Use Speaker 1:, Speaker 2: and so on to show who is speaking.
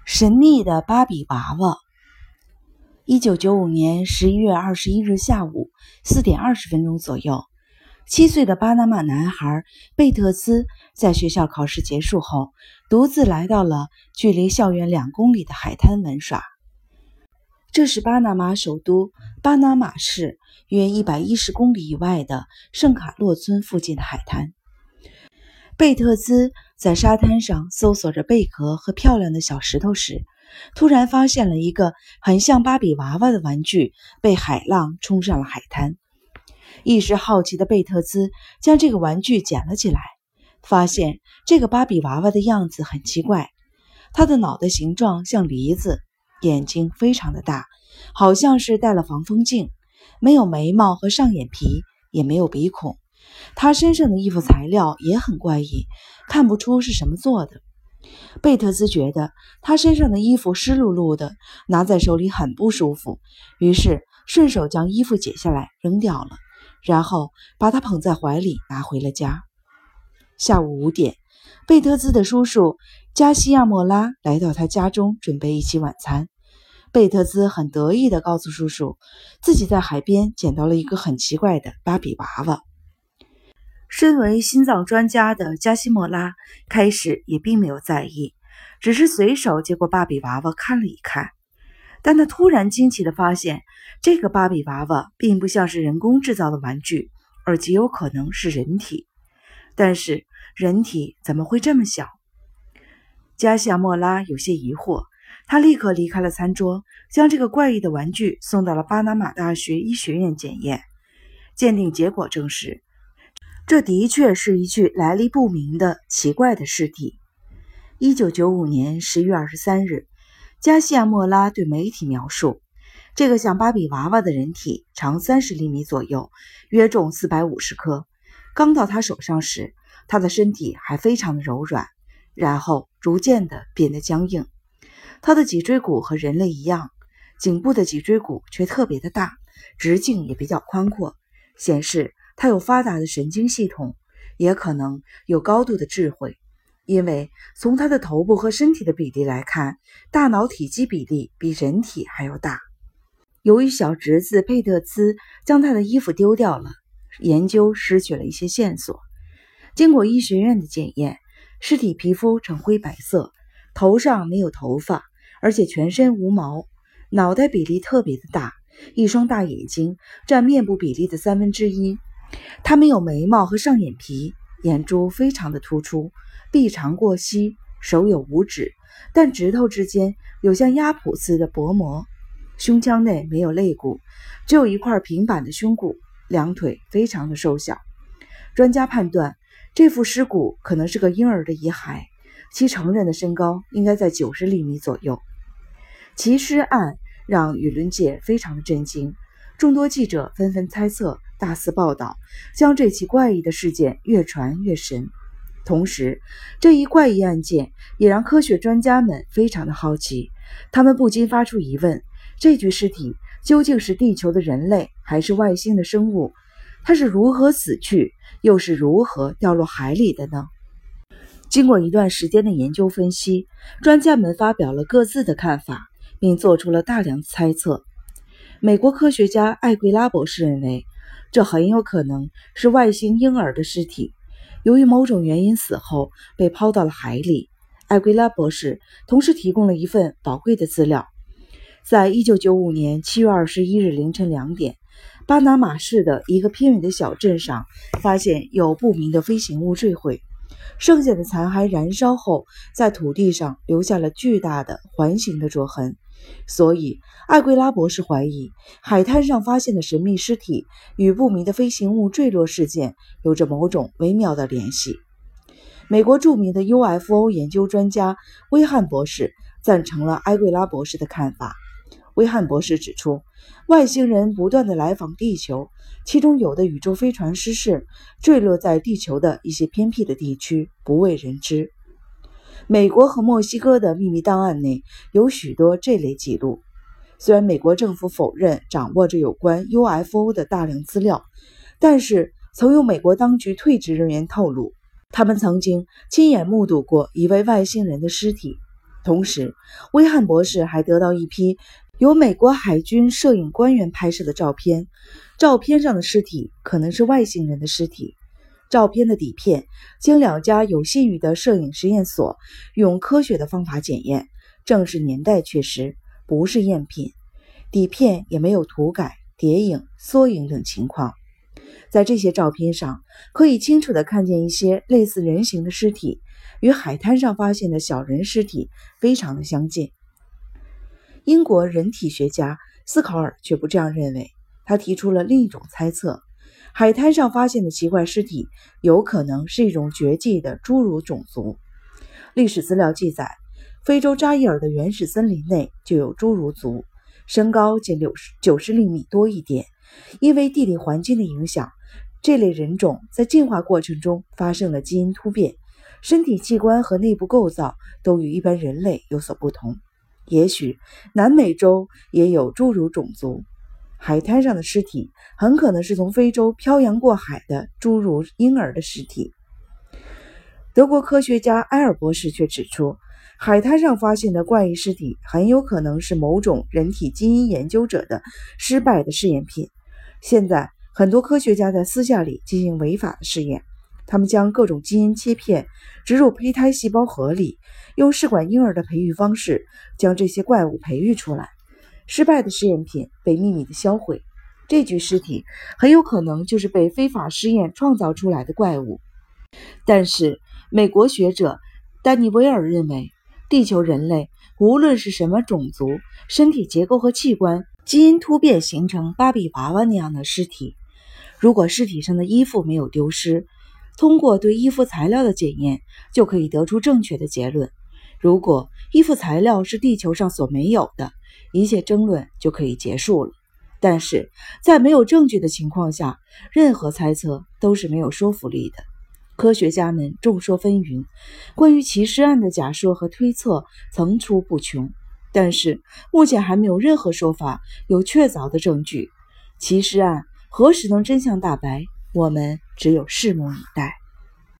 Speaker 1: 神秘的芭比娃娃。1995年11月21日下午4点20分钟左右，7岁的巴拿马男孩贝特兹在学校考试结束后，独自来到了距离校园2公里的海滩玩耍。这是巴拿马首都巴拿马市约110公里以外的圣卡洛村附近的海滩。贝特兹在沙滩上搜索着贝壳和漂亮的小石头时，突然发现了一个很像芭比娃娃的玩具被海浪冲上了海滩。一时好奇的贝特兹将这个玩具捡了起来，发现这个芭比娃娃的样子很奇怪，它的脑袋形状像梨子，眼睛非常的大，好像是戴了防风镜，没有眉毛和上眼皮，也没有鼻孔。他身上的衣服材料也很怪异，看不出是什么做的。贝特兹觉得他身上的衣服湿漉漉的，拿在手里很不舒服，于是顺手将衣服解下来扔掉了，然后把它捧在怀里拿回了家。下午5点，贝特兹的叔叔加西亚莫拉来到他家中准备一起晚餐。贝特兹很得意地告诉叔叔，自己在海边捡到了一个很奇怪的芭比娃娃。身为心脏专家的加西莫拉开始也并没有在意，只是随手接过芭比娃娃看了一看。但他突然惊奇地发现，这个芭比娃娃并不像是人工制造的玩具，而极有可能是人体。但是人体怎么会这么小？加西亚莫拉有些疑惑，他立刻离开了餐桌，将这个怪异的玩具送到了巴拿马大学医学院检验。鉴定结果证实，这的确是一具来历不明的奇怪的尸体。1995年11月23日，加西亚莫拉对媒体描述，这个像芭比娃娃的人体长30厘米左右，约重450克。刚到他手上时，他的身体还非常的柔软，然后逐渐的变得僵硬。他的脊椎骨和人类一样，颈部的脊椎骨却特别的大，直径也比较宽阔，显示他有发达的神经系统，也可能有高度的智慧，因为从他的头部和身体的比例来看，大脑体积比例比人体还要大。由于小侄子佩特兹将他的衣服丢掉了，研究失去了一些线索。经过医学院的检验，尸体皮肤呈灰白色，头上没有头发，而且全身无毛，脑袋比例特别的大，一双大眼睛占面部比例的1/3。他没有眉毛和上眼皮，眼珠非常的突出，臂长过膝，手有5指，但指头之间有像鸭蹼似的薄膜，胸腔内没有肋骨，只有一块平板的胸骨，两腿非常的瘦小。专家判断这副尸骨可能是个婴儿的遗骸，其成人的身高应该在90厘米左右。其尸案让舆论界非常的震惊，众多记者纷纷猜测，大肆报道，将这起怪异的事件越传越神。同时，这一怪异案件也让科学专家们非常的好奇，他们不禁发出疑问，这具尸体究竟是地球的人类还是外星的生物？它是如何死去，又是如何掉落海里的呢？经过一段时间的研究分析，专家们发表了各自的看法，并做出了大量的猜测。美国科学家艾圭拉博士认为，这很有可能是外星婴儿的尸体，由于某种原因死后被抛到了海里。艾圭拉博士同时提供了一份宝贵的资料，在1995年7月21日凌晨2点，巴拿马市的一个偏远的小镇上发现有不明的飞行物坠毁，剩下的残骸燃烧后，在土地上留下了巨大的环形的灼痕。所以艾圭拉博士怀疑，海滩上发现的神秘尸体与不明的飞行物坠落事件有着某种微妙的联系。美国著名的 UFO 研究专家威汉博士赞成了艾圭拉博士的看法。威汉博士指出，外星人不断地来访地球，其中有的宇宙飞船失事，坠落在地球的一些偏僻的地区，不为人知。美国和墨西哥的秘密档案内有许多这类记录。虽然美国政府否认掌握着有关 UFO 的大量资料，但是曾有美国当局退职人员透露，他们曾经亲眼目睹过一位外星人的尸体。 同时，威汉博士还得到一批由美国海军摄影官员拍摄的照片，照片上的尸体可能是外星人的尸体。照片的底片经2家有信誉的摄影实验所用科学的方法检验，证实年代确实，不是赝品。底片也没有涂改、叠影、缩影等情况。在这些照片上，可以清楚地看见一些类似人形的尸体，与海滩上发现的小人尸体非常的相近。英国人体学家斯考尔却不这样认为，他提出了另一种猜测：海滩上发现的奇怪尸体有可能是一种绝迹的侏儒种族。历史资料记载，非洲扎伊尔的原始森林内就有侏儒族，身高仅90厘米多一点。因为地理环境的影响，这类人种在进化过程中发生了基因突变，身体器官和内部构造都与一般人类有所不同。也许南美洲也有侏儒种族。海滩上的尸体很可能是从非洲漂洋过海的侏儒婴儿的尸体。德国科学家埃尔博士却指出，海滩上发现的怪异尸体很有可能是某种人体基因研究者的失败的试验品。现在很多科学家在私下里进行违法的试验，他们将各种基因切片植入胚胎细胞核里，用试管婴儿的培育方式将这些怪物培育出来。失败的试验品被秘密地销毁，这具尸体很有可能就是被非法试验创造出来的怪物。但是美国学者丹尼维尔认为，地球人类无论是什么种族，身体结构和器官基因突变形成芭比娃娃那样的尸体。如果尸体上的衣服没有丢失，通过对衣服材料的检验就可以得出正确的结论。如果衣服材料是地球上所没有的，一切争论就可以结束了。但是在没有证据的情况下，任何猜测都是没有说服力的。科学家们众说纷纭，关于奇尸案的假说和推测层出不穷，但是目前还没有任何说法有确凿的证据。奇尸案何时能真相大白，我们只有拭目以待。